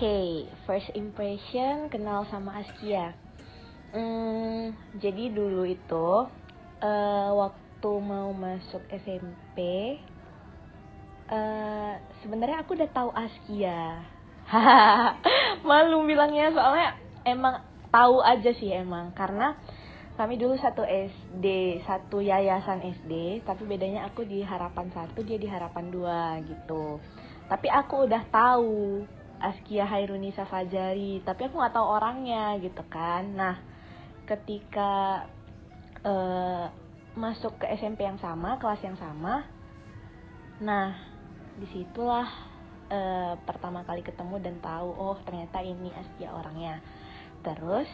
Oke, first impression kenal sama Askia. Jadi dulu itu waktu mau masuk SMP, sebenarnya aku udah tahu Askia. Malu bilangnya, soalnya emang tahu aja sih emang, karena kami dulu satu SD, satu yayasan SD, tapi bedanya aku di Harapan 1, dia di Harapan 2 gitu. Tapi aku udah tahu Askia Hairunisa Fajari, tapi aku nggak tahu orangnya gitu kan. Nah, ketika masuk ke SMP yang sama, kelas yang sama, nah disitulah pertama kali ketemu dan tahu, oh ternyata ini Askia orangnya. Terus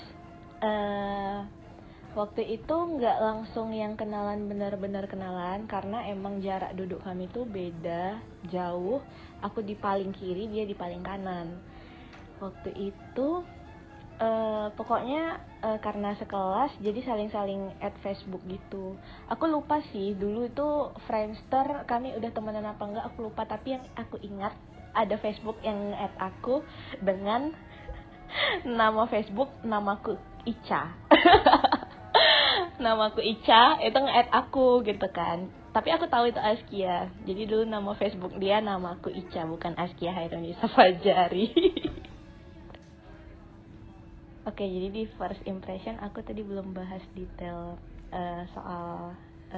waktu itu nggak langsung yang kenalan, benar-benar kenalan, karena emang jarak duduk kami tuh beda jauh. Aku di paling kiri, dia di paling kanan. Waktu itu pokoknya karena sekelas, jadi saling-saling add Facebook gitu. Aku lupa sih dulu itu Friendster kami udah temenan apa enggak, aku lupa. Tapi yang aku ingat ada Facebook yang add aku dengan nama Facebook namaku Ica. Namaku Ica, itu nge-add aku gitu kan. Tapi aku tahu itu Askia. Jadi dulu nama Facebook dia namaku Ica, bukan Askia Hairunisa Fajari. Oke, jadi di first impression aku tadi belum bahas detail soal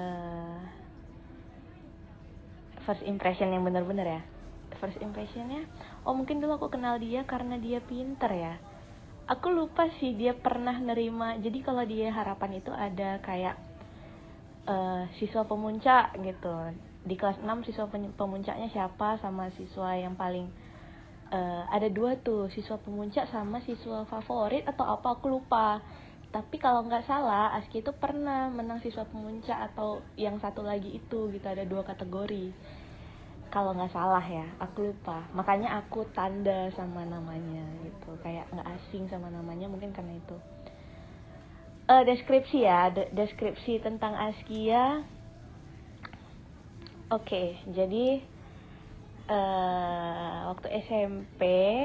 first impression yang benar-benar ya. First impressionnya, oh mungkin dulu aku kenal dia karena dia pinter ya. Aku lupa sih dia pernah nerima. Jadi kalau di Harapan itu ada kayak siswa pemuncak gitu. Di kelas 6 siswa pemuncaknya siapa, sama siswa yang paling ada 2 tuh, siswa pemuncak sama siswa favorit atau apa, aku lupa. Tapi kalau nggak salah Aski itu pernah menang siswa pemuncak atau yang satu lagi itu gitu, ada 2 kategori kalau nggak salah ya, aku lupa. Makanya aku tanda sama namanya gitu, kayak nggak asing sama namanya, mungkin karena itu. Deskripsi ya, deskripsi tentang Askia. Oke, jadi waktu SMP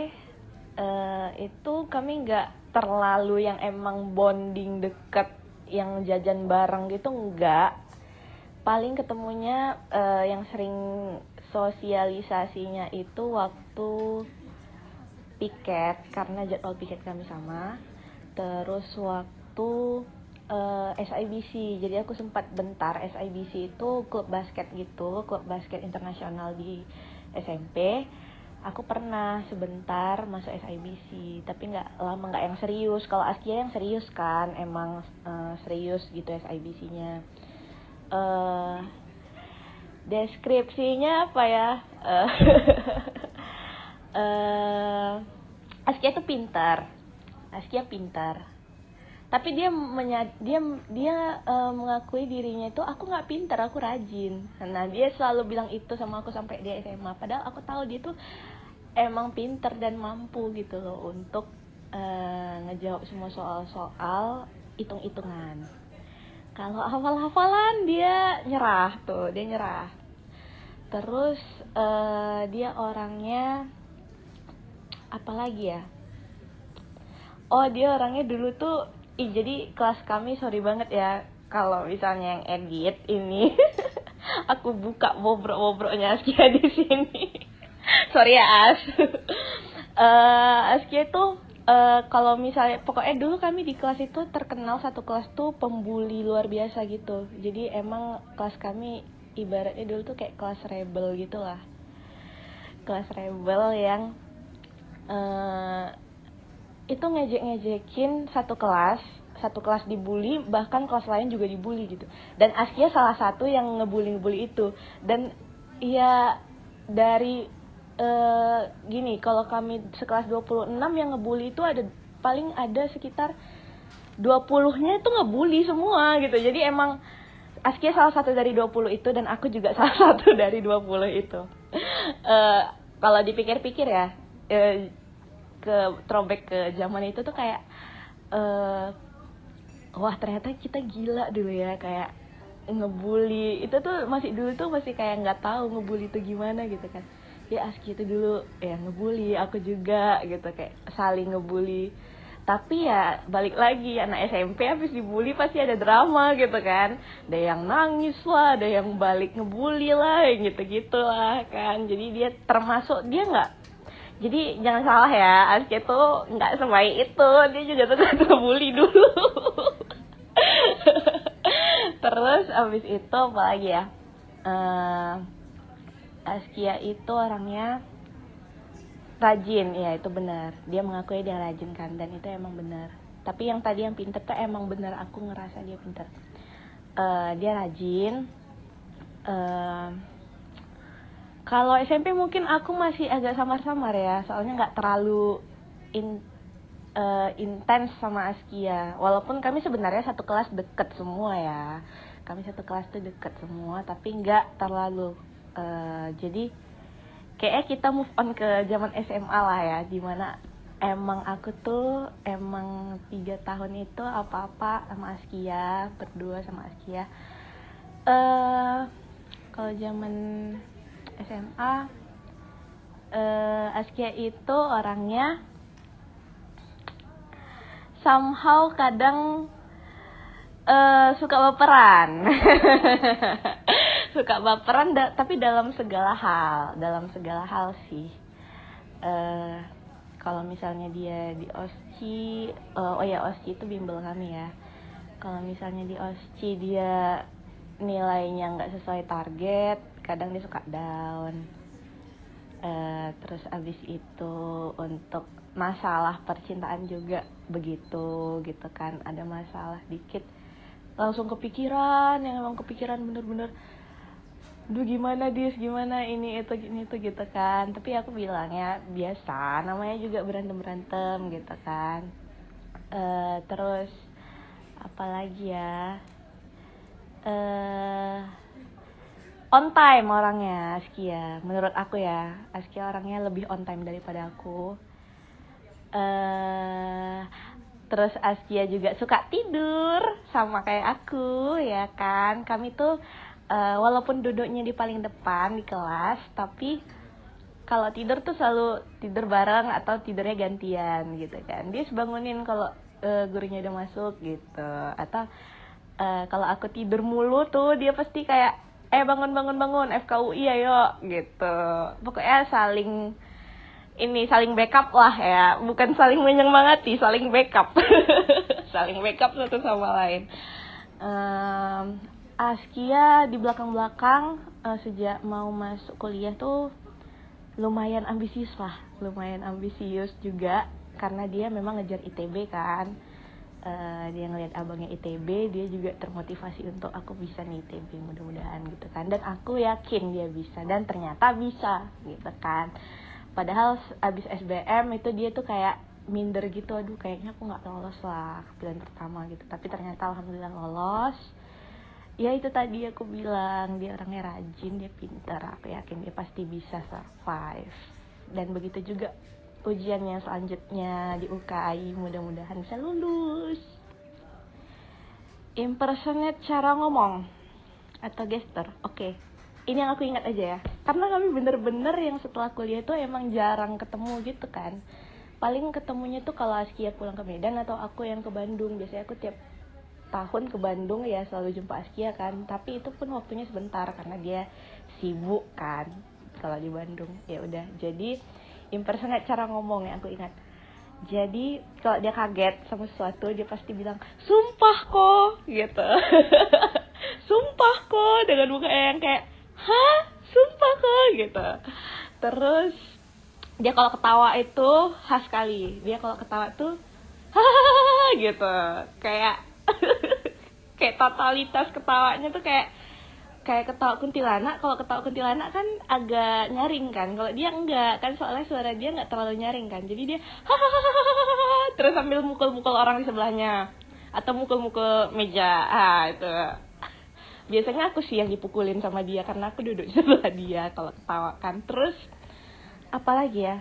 itu kami nggak terlalu yang emang bonding deket, yang jajan bareng gitu, nggak. Paling ketemunya yang sering sosialisasinya itu waktu piket, karena jadwal piket kami sama. Terus waktu SIBC, jadi aku sempat bentar. SIBC itu klub basket gitu, klub basket internasional di SMP. Aku pernah sebentar masuk SIBC, tapi nggak lama, nggak yang serius. Kalau Askia yang serius kan, emang serius gitu SIBC-nya. Deskripsinya apa ya? Askia tuh pintar. Askia pintar. Tapi dia mengakui dirinya itu, aku nggak pintar, aku rajin. Nah, dia selalu bilang itu sama aku sampai dia SMA. Padahal aku tahu dia tuh emang pintar dan mampu gitu loh untuk ngejawab semua soal-soal hitung-hitungan. Kalau hafal-hafalan dia nyerah. Terus dia orangnya apa lagi ya? Oh, dia orangnya dulu tuh jadi kelas kami, sorry banget ya kalau misalnya yang edit ini aku buka bobrok-bobroknya Askia di sini. Sorry ya As. Askia tuh kalau misalnya, pokoknya dulu kami di kelas itu terkenal, satu kelas tuh pembuli luar biasa gitu. Jadi emang kelas kami ibaratnya dulu tuh kayak kelas rebel gitu lah. Kelas rebel yang itu ngejek-ngejekin satu kelas dibully, bahkan kelas lain juga dibully gitu. Dan Askia salah satu yang ngebully itu. Dan ya dari gini, kalau kami sekelas 26 yang ngebully itu paling ada sekitar 20-nya itu ngebully semua gitu. Jadi emang Askia salah satu dari 20 itu, dan aku juga salah satu dari 20 itu. Kalau dipikir-pikir ya, ke throwback ke zaman itu tuh kayak wah ternyata kita gila dulu ya, kayak ngebully itu tuh masih kayak nggak tahu ngebully itu gimana gitu kan. dia Aski itu dulu ya ngebully aku juga gitu, kayak saling ngebully. Tapi ya balik lagi, anak SMP habis dibully pasti ada drama gitu kan, ada yang nangis lah, ada yang balik ngebully lah, yang gitu-gitu lah kan. Jadi dia termasuk, dia nggak, jadi jangan salah ya, Aski itu nggak sebaik itu, dia juga tetap ngebully dulu. Terus abis itu apa lagi ya, Askia itu orangnya rajin, ya itu benar. Dia mengakui dia rajin kan, dan itu emang benar. Tapi yang tadi yang pinter tuh emang benar, aku ngerasa dia pinter. Dia rajin. Kalau SMP mungkin aku masih agak samar-samar ya, soalnya nggak terlalu intens sama Askia. Walaupun kami sebenarnya satu kelas deket semua ya. Kami satu kelas tuh deket semua, tapi nggak terlalu. Jadi kayaknya kita move on ke zaman SMA lah ya, dimana emang aku tuh emang 3 tahun itu apa-apa sama Askia, berdua sama Askia. Kalau zaman SMA, Askia itu orangnya somehow kadang suka baperan. Suka baperan tapi dalam segala hal sih. Kalau misalnya dia di OSCI, OSCI itu bimbel kami ya. Kalau misalnya di OSCI dia nilainya nggak sesuai target, kadang dia suka down. Terus abis itu untuk masalah percintaan juga begitu gitu kan, ada masalah dikit langsung kepikiran, yang emang kepikiran bener-bener, duh gimana ini itu gitu kan. Tapi aku bilangnya biasa, namanya juga berantem gitu kan. Terus apalagi ya, on time orangnya Askia, menurut aku ya. Askia orangnya lebih on time daripada aku. Terus Askia juga suka tidur sama kayak aku ya kan. Kami tuh walaupun duduknya di paling depan di kelas, tapi kalau tidur tuh selalu tidur bareng atau tidurnya gantian gitu kan. Dia bangunin kalau gurunya udah masuk gitu. Atau kalau aku tidur mulu tuh dia pasti kayak bangun FKUI ayo gitu. Pokoknya saling backup lah ya, bukan saling menyemangati, saling backup. Saling backup satu sama lain. Askia di belakang-belakang sejak mau masuk kuliah tuh lumayan ambisius juga, karena dia memang ngejar ITB kan. Dia ngeliat abangnya ITB, dia juga termotivasi untuk aku bisa nih ITB mudah-mudahan gitu kan. Dan aku yakin dia bisa, dan ternyata bisa gitu kan. Padahal abis SBM itu dia tuh kayak minder gitu, aduh kayaknya aku nggak lolos lah pilihan pertama gitu. Tapi ternyata alhamdulillah lolos. Ya itu tadi aku bilang, dia orangnya rajin, dia pintar, aku yakin dia pasti bisa survive. Dan begitu juga ujiannya selanjutnya di UKI, mudah-mudahan bisa lulus. Impersonate cara ngomong atau gesture, oke. Ini yang aku ingat aja ya, karena kami bener-bener yang setelah kuliah itu emang jarang ketemu gitu kan. Paling ketemunya tuh kalau Askia pulang ke Medan atau aku yang ke Bandung. Biasanya aku tiap tahun ke Bandung ya selalu jumpa Askia kan, tapi itu pun waktunya sebentar karena dia sibuk kan kalau di Bandung. Ya udah, jadi impersonate cara ngomong yang aku ingat. Jadi kalau dia kaget sama sesuatu, dia pasti bilang sumpah kok gitu. Sumpah kok, dengan muka yang kayak hah sumpah kok gitu. Terus dia kalau ketawa itu khas sekali, dia kalau ketawa tuh hahaha gitu, kayak kayak totalitas ketawanya tuh kayak ketawa kuntilanak. Kalau ketawa kuntilanak kan agak nyaring kan, kalau dia enggak kan, soalnya suara dia nggak terlalu nyaring kan. Jadi dia hahaha terus sambil mukul-mukul orang di sebelahnya atau mukul-mukul meja. Itu biasanya aku sih yang dipukulin sama dia karena aku duduk di sebelah dia kalau ketawa kan. Terus apalagi ya,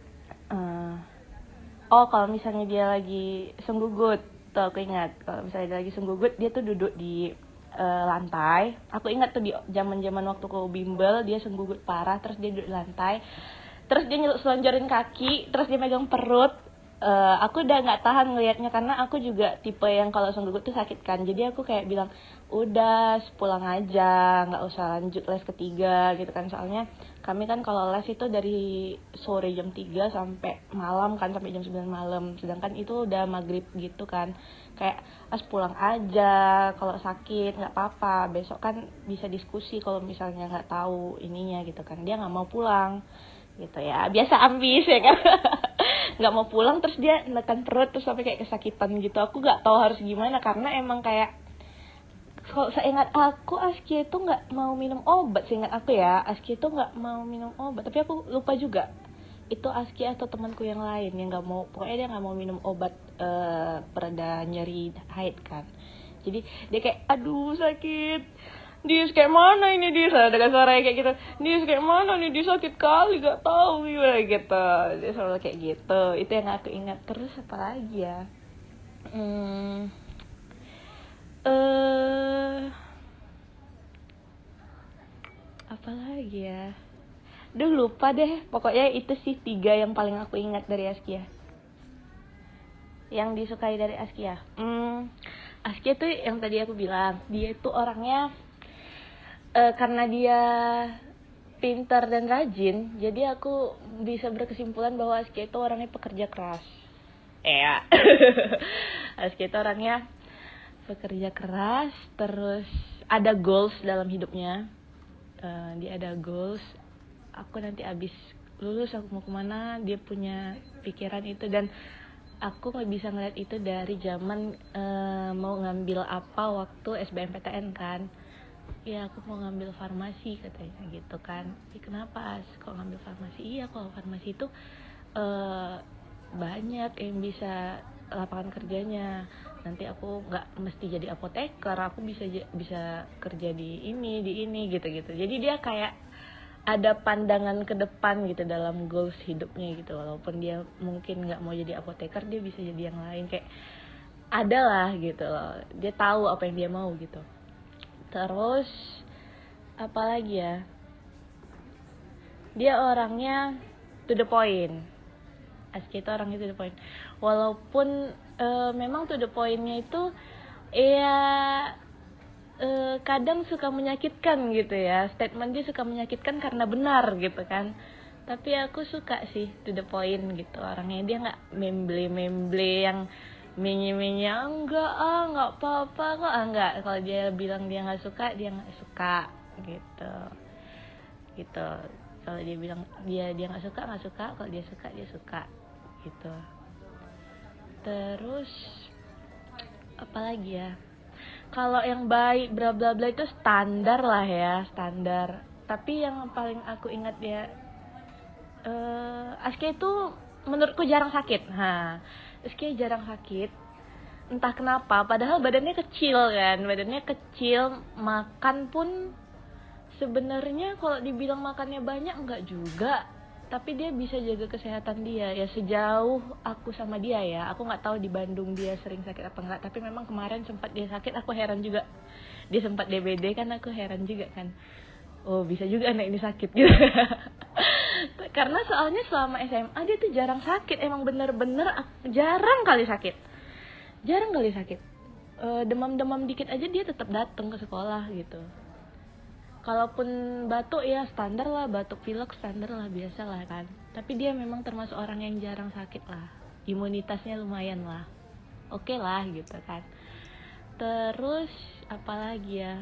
kalau misalnya dia lagi senggugut tuh aku ingat, kalau misalnya dia lagi senggugut, dia tuh duduk di lantai. Aku ingat tuh di zaman waktu aku bimbel, dia senggugut parah, terus dia duduk di lantai, terus dia selonjorin kaki, terus dia megang perut. Aku udah nggak tahan ngelihatnya, karena aku juga tipe yang kalau senggugut tuh sakit kan. Jadi aku kayak bilang, udah pulang aja, nggak usah lanjut les ketiga gitu kan. Soalnya kami kan kalau les itu dari sore jam 3 sampai malam kan, sampai jam 9 malam. Sedangkan itu udah maghrib gitu kan. Kayak pulang aja, kalau sakit nggak apa-apa, besok kan bisa diskusi kalau misalnya nggak tahu ininya gitu kan. Dia nggak mau pulang gitu ya, biasa ambis ya kan. Nggak mau pulang, terus dia nekan perut terus sampai kayak kesakitan gitu. Aku nggak tahu harus gimana, karena emang kayak kalau seingat aku Askia itu nggak mau minum obat. Seingat aku ya, Askia itu nggak mau minum obat, tapi aku lupa juga itu Askia atau temanku yang lain yang nggak mau. Pokoknya dia nggak mau minum obat pereda nyeri haid kan. Jadi dia kayak, aduh sakit, Dis kayak mana ini Dis, dengan suara kayak gitu, Dis kayak mana nih, Dis sakit kali gak tahu gimana gitu. Dia selalu kayak gitu. Itu yang aku ingat. Terus apa lagi ya, apa lagi ya, lupa deh. Pokoknya itu sih 3 yang paling aku ingat dari Askia, yang disukai dari Askia. Askia tuh yang tadi aku bilang, dia itu orangnya karena dia pintar dan rajin, jadi aku bisa berkesimpulan bahwa Askia itu orangnya pekerja keras. Askia itu orangnya pekerja keras, terus ada goals dalam hidupnya. Dia ada goals. Aku nanti abis lulus aku mau kemana, dia punya pikiran itu. Dan aku nggak bisa ngeliat itu dari zaman mau ngambil apa waktu SBMPTN kan. Ya aku mau ngambil farmasi katanya gitu kan. Kenapa kok ngambil farmasi? Iya, kalau farmasi itu banyak yang bisa lapangan kerjanya. Nanti aku nggak mesti jadi apoteker, aku bisa kerja di ini gitu. Jadi dia kayak ada pandangan ke depan gitu dalam goals hidupnya gitu. Walaupun dia mungkin nggak mau jadi apoteker, dia bisa jadi yang lain, kayak ada lah gitu loh. Dia tahu apa yang dia mau gitu. Terus apa lagi ya, dia orangnya to the point. Askia itu orangnya to the point. Walaupun memang to the pointnya itu ya kadang suka menyakitkan gitu ya. Statement dia suka menyakitkan karena benar gitu kan. Tapi aku suka sih to the point gitu orangnya. Dia nggak memble yang menye-menye, nggak apa-apa kok, nggak. Kalau dia bilang dia nggak suka, dia nggak suka gitu. Kalau dia bilang dia nggak suka. Kalau dia suka gitu. Terus apa lagi ya? Kalau yang baik bla bla bla itu standar lah ya, standar. Tapi yang paling aku ingat dia, Askia itu menurutku jarang sakit. Askia jarang sakit, entah kenapa. Padahal badannya kecil kan, makan pun sebenarnya kalau dibilang makannya banyak enggak juga. Tapi dia bisa jaga kesehatan dia ya, sejauh aku sama dia ya. Aku nggak tahu di Bandung dia sering sakit apa enggak, tapi memang kemarin sempat dia sakit. Aku heran juga, dia sempat DBD kan. Aku heran juga kan, oh bisa juga anak ini sakit gitu. Karena soalnya selama SMA dia tuh jarang sakit. Emang bener-bener jarang kali sakit. Demam-demam dikit aja dia tetap datang ke sekolah gitu. Kalaupun batuk ya standar lah, batuk pilek standar lah, biasa lah kan. Tapi dia memang termasuk orang yang jarang sakit lah. Imunitasnya lumayan lah, oke lah gitu kan. Terus apa lagi ya,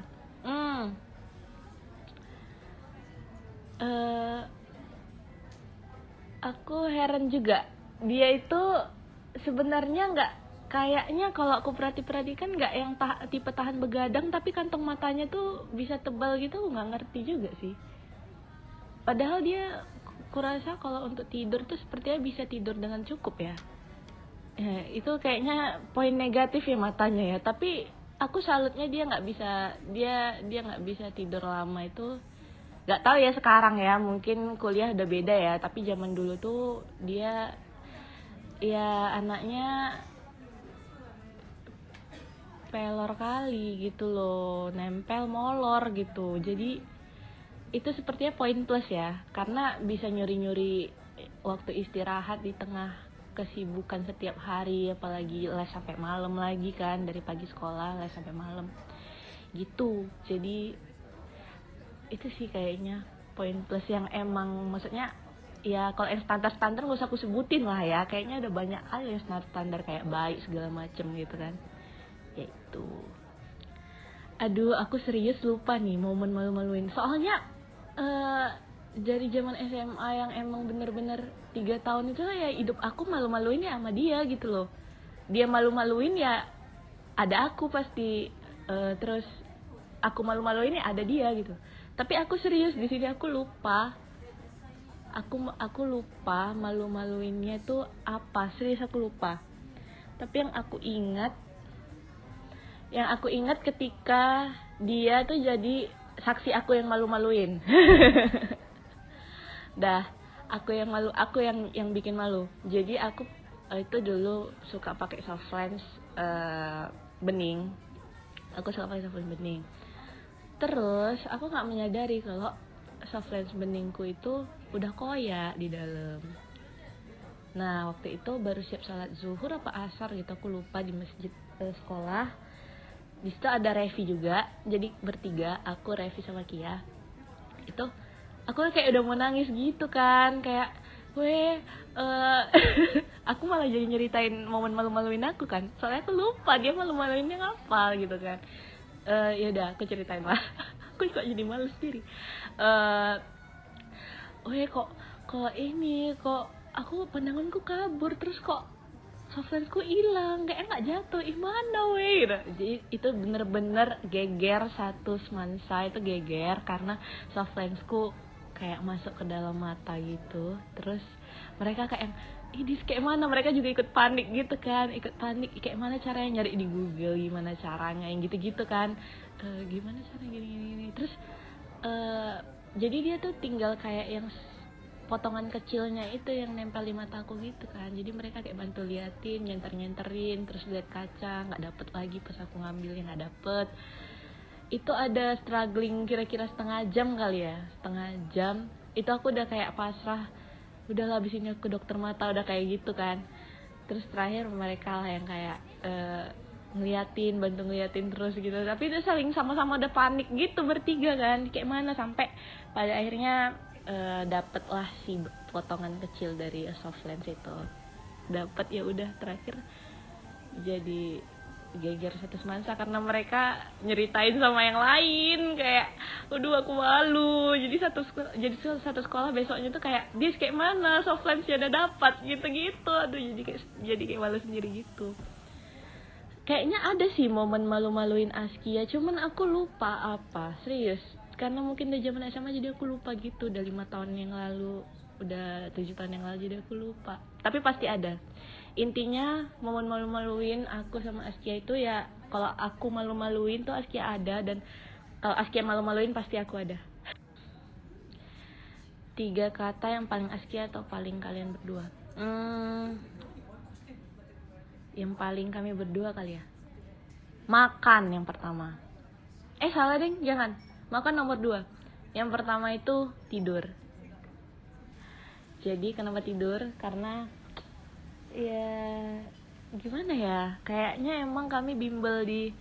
aku heran juga, dia itu sebenarnya nggak, kayaknya kalau aku perhatikan nggak yang tipe tahan begadang, tapi kantong matanya tuh bisa tebal gitu. Nggak ngerti juga sih. Padahal dia kurasa kalau untuk tidur tuh sepertinya bisa tidur dengan cukup ya. Itu kayaknya poin negatif ya matanya ya. Tapi aku salutnya dia nggak bisa tidur lama itu. Nggak tahu ya sekarang ya, mungkin kuliah udah beda ya. Tapi zaman dulu tuh dia ya anaknya pelor kali gitu loh, nempel molor gitu. Jadi itu sepertinya poin plus ya, karena bisa nyuri-nyuri waktu istirahat di tengah kesibukan setiap hari, apalagi les sampai malam lagi kan, dari pagi sekolah les sampai malam gitu. Jadi itu sih kayaknya poin plus yang emang, maksudnya ya kalau yang standar-standar gak usah aku sebutin lah ya, kayaknya ada banyak hal yang standar kayak baik segala macem gitu kan. Yaitu, aduh aku serius lupa nih momen malu-maluin, soalnya dari zaman SMA yang emang bener-bener 3 tahun itu ya hidup aku malu-maluin ya sama dia gitu loh. Dia malu-maluin ya ada aku pasti, terus aku malu-maluin ya ada dia gitu. Tapi aku serius di sini, aku lupa. Aku lupa malu-maluinnya tuh apa, serius aku lupa. Tapi yang aku ingat ketika dia tuh jadi saksi aku yang malu-maluin. Dah, aku yang bikin malu. Jadi aku itu dulu suka pakai soft lens bening. Aku suka pakai soft lens bening. Terus aku nggak menyadari kalau soft lens beningku itu udah koyak di dalam. Nah waktu itu baru siap salat zuhur apa asar gitu, aku lupa, di masjid sekolah. Di situ ada Revi juga, jadi bertiga, aku, Revi sama Kia. Itu aku kayak udah mau nangis gitu kan, kayak aku malah jadi nyeritain momen malu-maluin aku kan, soalnya aku lupa dia malu-maluinnya ngapa gitu kan. Ya udah aku ceritain lah. Aku kok jadi malu sendiri. Kok aku pandanganku kabur, terus kok soft lensku hilang, kayak nggak jatuh, mana gitu. Jadi itu bener-bener geger, satu semansa itu geger karena soft lensku kayak masuk ke dalam mata gitu. Terus mereka kayak ini kayak mana, mereka juga ikut panik gitu kan, kayak mana caranya, nyari di Google gimana caranya yang gitu-gitu kan, gimana cara gini. Terus jadi dia tuh tinggal kayak yang potongan kecilnya itu yang nempel di mataku gitu kan. Jadi mereka kayak bantu liatin, nyenter-nyenterin, terus lihat kaca, nggak dapet lagi pas aku ngambilnya, nggak dapet. Itu ada struggling kira-kira setengah jam kali ya, setengah jam. Itu aku udah kayak pasrah, udah lah abis ini aku dokter mata, udah kayak gitu kan. Terus terakhir mereka lah yang kayak bantu ngeliatin terus gitu. Tapi itu saling sama-sama udah panik gitu bertiga kan, kayak mana, sampai pada akhirnya dapet lah si potongan kecil dari soft lens itu, dapet. Ya udah terakhir jadi geger satu semansa karena mereka nyeritain sama yang lain, kayak aduh aku malu. Jadi satu sekolah besoknya tuh kayak dia kayak mana soft lensnya udah dapat gitu. Aduh jadi kayak malu sendiri gitu. Kayaknya ada sih momen malu-maluin Askia, cuman aku lupa apa, serius. Karena mungkin dari zaman SMA jadi aku lupa gitu, udah 5 tahun yang lalu, udah 7 tahun yang lalu, jadi aku lupa. Tapi pasti ada. Intinya momen malu-maluin aku sama Askia itu ya, kalau aku malu-maluin tuh Askia ada, dan kalau Askia malu-maluin pasti aku ada. 3 kata yang paling Askia atau paling kalian berdua? Yang paling kami berdua kali ya. Makan yang pertama. Salah deng, jangan. Makan nomor 2. Yang pertama itu tidur. Jadi kenapa tidur? Karena ya gimana ya, kayaknya emang kami bimbel di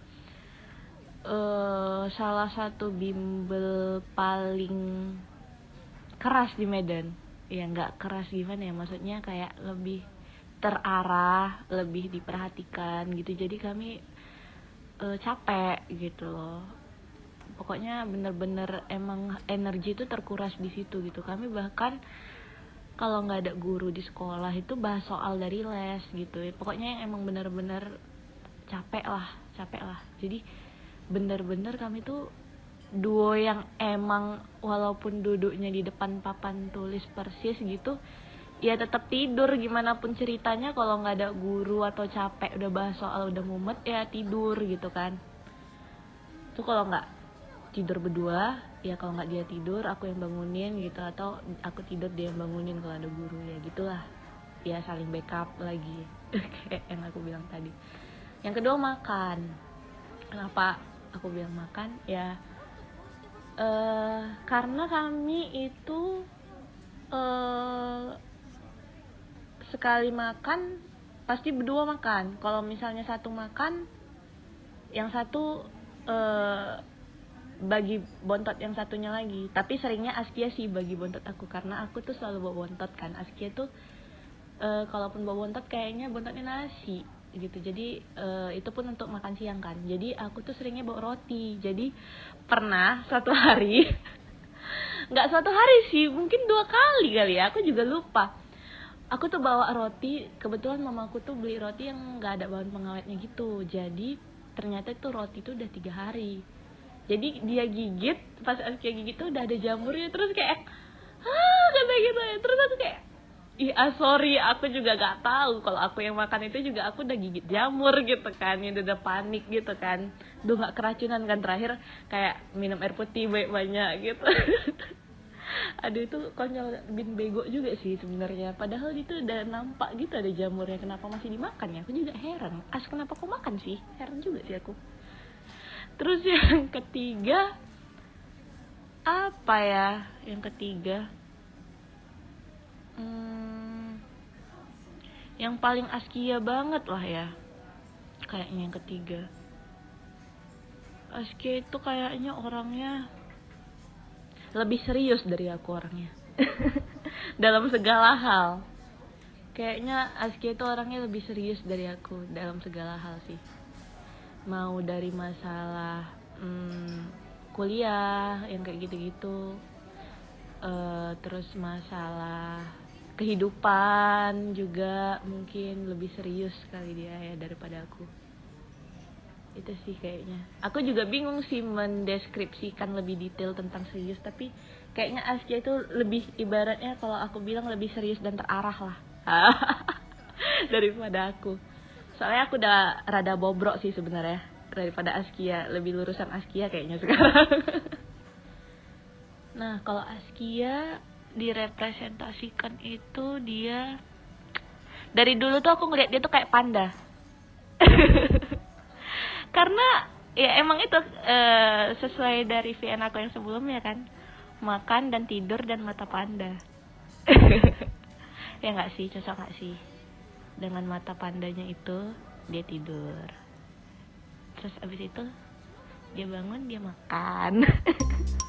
salah satu bimbel paling keras di Medan. Ya nggak keras gimana ya, maksudnya kayak lebih terarah, lebih diperhatikan gitu. Jadi kami capek gitu loh. Pokoknya bener-bener emang energi itu terkuras di situ gitu. Kami bahkan kalau nggak ada guru di sekolah itu bahas soal dari les gitu. Pokoknya yang emang bener-bener capek lah. Jadi bener-bener kami tuh duo yang emang walaupun duduknya di depan papan tulis persis gitu, ya tetap tidur gimana pun ceritanya. Kalau nggak ada guru atau capek udah bahas soal udah mumet ya tidur gitu kan. Itu kalau nggak tidur berdua, ya kalau nggak dia tidur aku yang bangunin gitu, atau aku tidur dia yang bangunin kalau ada guru, ya gitulah. Ya saling backup lagi kayak yang aku bilang tadi. Yang kedua makan. Kenapa aku bilang makan? Ya karena kami itu sekali makan pasti berdua makan. Kalau misalnya satu makan, yang satu bagi bontot yang satunya lagi. Tapi seringnya Askia sih bagi bontot aku, karena aku tuh selalu bawa bontot kan. Askia tuh kalaupun bawa bontot kayaknya bontotnya nasi gitu. Jadi itu pun untuk makan siang kan. Jadi aku tuh seringnya bawa roti. Jadi pernah suatu hari nggak suatu hari sih, mungkin 2 kali kali ya, aku juga lupa. Aku tuh bawa roti, kebetulan mamaku tuh beli roti yang nggak ada bahan pengawetnya gitu. Jadi ternyata itu roti tuh udah 3 hari. Jadi dia gigit, pas Askia gigit tuh udah ada jamurnya. Terus kayak kata gitu ya. Terus aku kayak sorry, aku juga gak tahu kalau aku yang makan itu juga aku udah gigit jamur gitu kan. Ya udah panik gitu kan. Duh, gak keracunan kan, terakhir kayak minum air putih banyak-banyak gitu. Aduh, itu konyol bin bego juga sih sebenarnya. Padahal itu udah nampak gitu ada jamurnya, kenapa masih dimakan ya? Aku juga heran. Kenapa kau makan sih? Heran juga sih aku. Terus yang ketiga apa ya? Yang ketiga yang paling Askia banget lah ya, kayaknya yang ketiga. Askia itu kayaknya orangnya lebih serius dari aku orangnya. Dalam segala hal. Kayaknya Askia itu orangnya lebih serius dari aku dalam segala hal sih. Mau dari masalah kuliah yang kayak gitu-gitu, terus masalah kehidupan juga mungkin lebih serius kali dia ya daripada aku. Itu sih kayaknya. Aku juga bingung sih mendeskripsikan lebih detail tentang serius, tapi kayaknya Askia itu lebih, ibaratnya kalau aku bilang lebih serius dan terarah lah daripada aku. Soalnya aku udah rada bobrok sih sebenarnya daripada Askia, lebih lurusan Askia kayaknya sekarang. Nah, kalau Askia direpresentasikan itu dia dari dulu tuh aku ngeliat dia tuh kayak panda. Karena ya emang itu sesuai dari VN aku yang sebelumnya kan, makan dan tidur dan mata panda. Ya nggak sih, cocok nggak sih dengan mata pandanya itu dia tidur, terus abis itu dia bangun dia makan.